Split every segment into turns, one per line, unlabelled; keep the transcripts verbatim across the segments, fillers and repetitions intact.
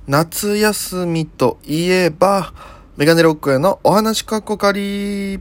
夏休みといえばメガネロックへのお話かっこかり。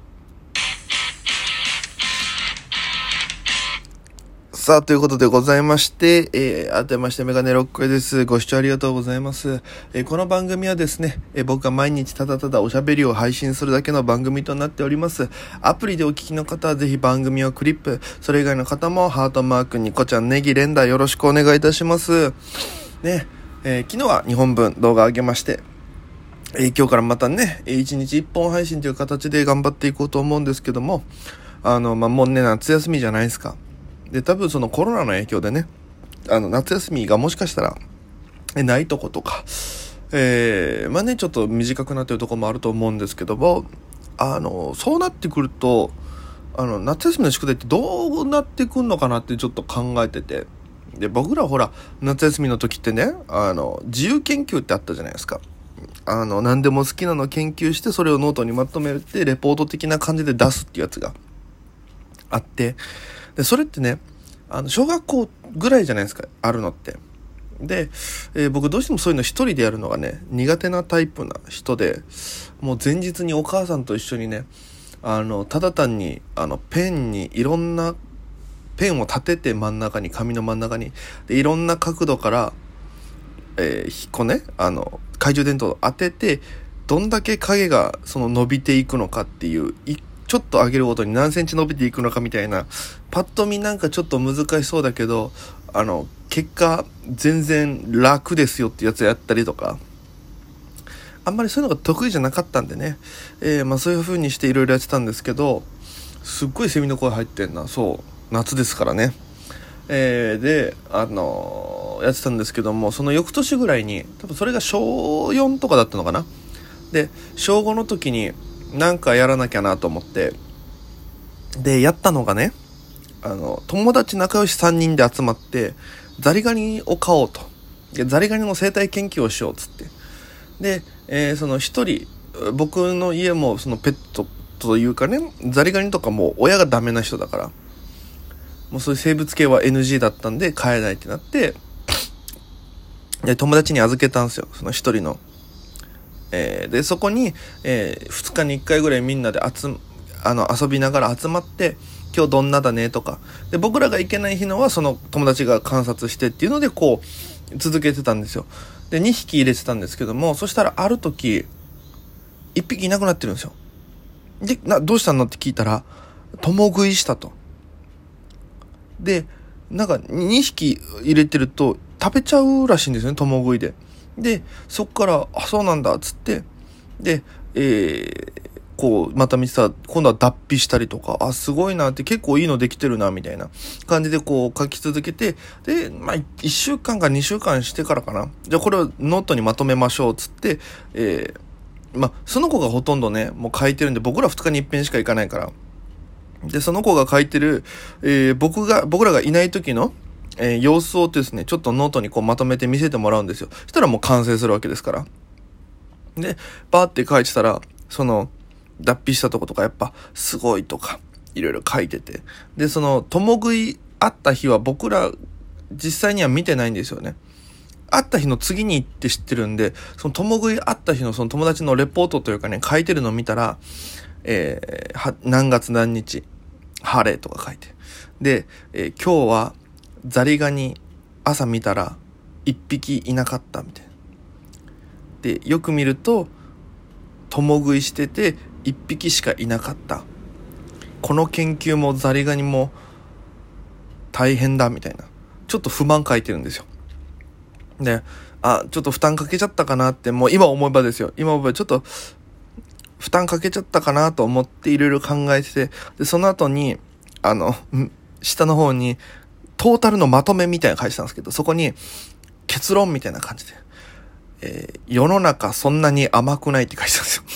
さあということでございまして、えー、改めましてメガネロックへです。ご視聴ありがとうございます。えー、この番組はですね、えー、僕が毎日ただただおしゃべりを配信するだけの番組となっております。アプリでお聞きの方はぜひ番組をクリップ、それ以外の方もハートマーク、ニコちゃん、ネギ、連打よろしくお願いいたしますね。えー、昨日はにほんぶん動画上げまして、えー、今日からまたねいちにちいっぽん配信という形で頑張っていこうと思うんですけども、あのまあもうね夏休みじゃないですか。で多分そのコロナの影響でね、あの夏休みがもしかしたらえないとことか、えー、まあねちょっと短くなってるところもあると思うんですけども、あのそうなってくるとあの夏休みの宿題ってどうなってくんのかなってちょっと考えてて、で僕らほら夏休みの時ってね、あの自由研究ってあったじゃないですか。あの何でも好きなの研究してそれをノートにまとめてレポート的な感じで出すっていうやつがあって、でそれってねあの小学校ぐらいじゃないですかあるのって。で、えー、僕どうしてもそういうの一人でやるのがね苦手なタイプな人で、もう前日にお母さんと一緒にねあのただ単にあのペンにいろんなペンを立てて真ん中に紙の真ん中にでいろんな角度から、えー、こうねあの懐中電灯を当ててどんだけ影がその伸びていくのかっていういちょっと上げるごとに何センチ伸びていくのかみたいな、パッと見なんかちょっと難しそうだけどあの結果全然楽ですよってやつやったりとか、あんまりそういうのが得意じゃなかったんでね、えー、まあそういう風にしていろいろやってたんですけど、すっごいセミの声入ってんな。そう夏ですからね、えー、であのー、やってたんですけども、その翌年ぐらいに多分それがしょうよんとかだったのかな。でしょうごの時になんかやらなきゃなと思ってでやったのがね、あの友達仲良しさんにんで集まってザリガニを飼おうと。でザリガニの生態研究をしようっつって、で、えー、その一人僕の家もそのペットというかねザリガニとかも親がダメな人だからもうそういう生物系は エヌジー だったんで飼えないってなって、で友達に預けたんですよ、その一人の。えー、でそこに、えー、ふつかにいっかいぐらいみんなで集あの遊びながら集まって今日どんなだねとかで、僕らが行けない日のはその友達が観察してっていうのでこう続けてたんですよ。でにひき入れてたんですけども、そしたらある時いっぴきいなくなってるんですよ。でなどうしたのって聞いたら共食いしたと。でなんかにひき入れてると食べちゃうらしいんですよね、共食いで。でそっからあそうなんだっつってで、えー、こうまた見てたら今度は脱皮したりとか、あすごいなって結構いいのできてるなみたいな感じでこう書き続けて、でまあいっしゅうかんかにしゅうかんしてからかな、じゃあこれをノートにまとめましょうっつって、えー、まあその子がほとんどねもう書いてるんで、僕らふつかに一遍しか行かないから、でその子が書いてる、えー、僕が僕らがいない時のえー、様子をですねちょっとノートにこうまとめて見せてもらうんですよ。そしたらもう完成するわけですから。でバーって書いてたらその脱皮したとことかやっぱすごいとかいろいろ書いてて、でその共食い会った日は僕ら実際には見てないんですよね。会った日の次に行って知ってるんで、その共食い会った日のその友達のレポートというかね書いてるのを見たら、えー、は何月何日晴れとか書いてで、えー、今日はザリガニ朝見たら一匹いなかったみたいな。でよく見ると共食いしてて一匹しかいなかった。この研究もザリガニも大変だみたいなちょっと不満書いてるんですよ。であちょっと負担かけちゃったかなって、もう今思えばですよ、今思えばちょっと負担かけちゃったかなと思っていろいろ考えてて、でその後にあの下の方にトータルのまとめみたいなの書いてたんですけど、そこに結論みたいな感じで、えー、世の中そんなに甘くないって書いてたんですよ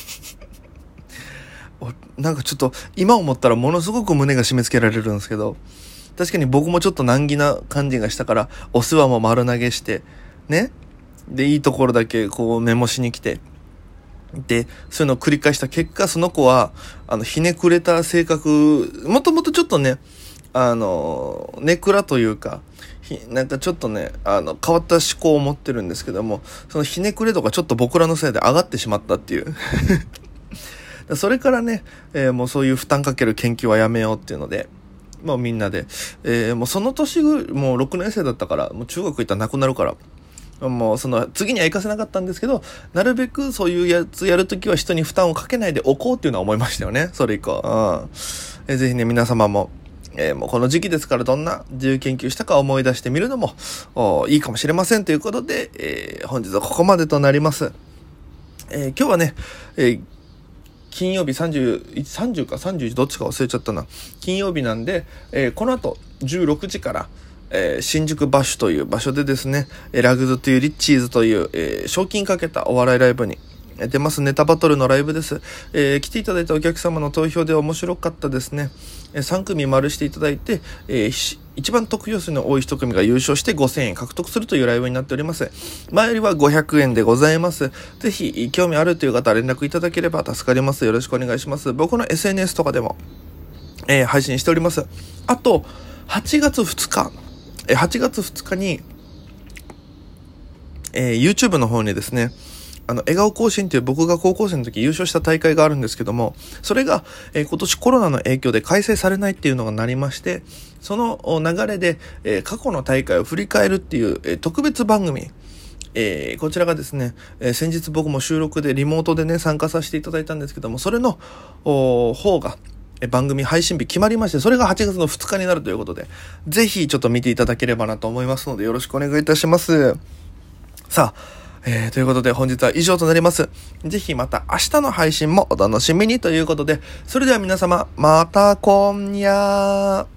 なんかちょっと今思ったらものすごく胸が締め付けられるんですけど、確かに僕もちょっと難儀な感じがしたからお世話も丸投げしてね、でいいところだけこうメモしに来て、でそういうのを繰り返した結果その子はあのひねくれた性格、もともとちょっとねあのネクラというかひなんかちょっとね、あの、変わった思考を持ってるんですけども、そのひねくれ度がちょっと僕らのせいで上がってしまったっていう。それからね、えー、もうそういう負担かける研究はやめようっていうので、もうみんなで、えー、もうその年ぐ、もうろくねん生だったから、もう中学行ったらなくなるから、もうその次には行かせなかったんですけど、なるべくそういうやつやるときは人に負担をかけないでおこうっていうのは思いましたよね、それ以降。うん、えー、ぜひね、皆様も、えー、もうこの時期ですからどんな自由研究したか思い出してみるのもいいかもしれませんということで、えー、本日はここまでとなります。えー、今日はね、えー金曜日さんじゅう、さんじゅうかさんじゅういちどっちか忘れちゃったな。金曜日なんで、えー、この後じゅうろくじから、えー、新宿バッシュという場所でですね、ラグズというリッチーズという、えー、賞金かけたお笑いライブに出ます。ネタバトルのライブです。えー、来ていただいたお客様の投票で面白かったですね。えー、さん組丸していただいて、えー、一番得票数の多い一組が優勝してごせんえん獲得するというライブになっております。前よりはごひゃくえんでございます。ぜひ興味あるという方は連絡いただければ助かります。よろしくお願いします。僕の エスエヌエス とかでも、えー、配信しております。あと、はちがつふつか、えー、はちがつふつかに、えー、YouTube の方にですね、あの、笑顔行進という僕が高校生の時優勝した大会があるんですけども、それが、えー、今年コロナの影響で開催されないっていうのがなりまして、その流れで、えー、過去の大会を振り返るっていう、えー、特別番組、えー、こちらがですね、えー、先日僕も収録でリモートでね、参加させていただいたんですけども、それの方が、えー、番組配信日決まりまして、それがはちがつのふつかになるということで、ぜひちょっと見ていただければなと思いますので、よろしくお願いいたします。さあ、えー、ということで本日は以上となります。ぜひまた明日の配信もお楽しみにということで、それでは皆様、また今夜。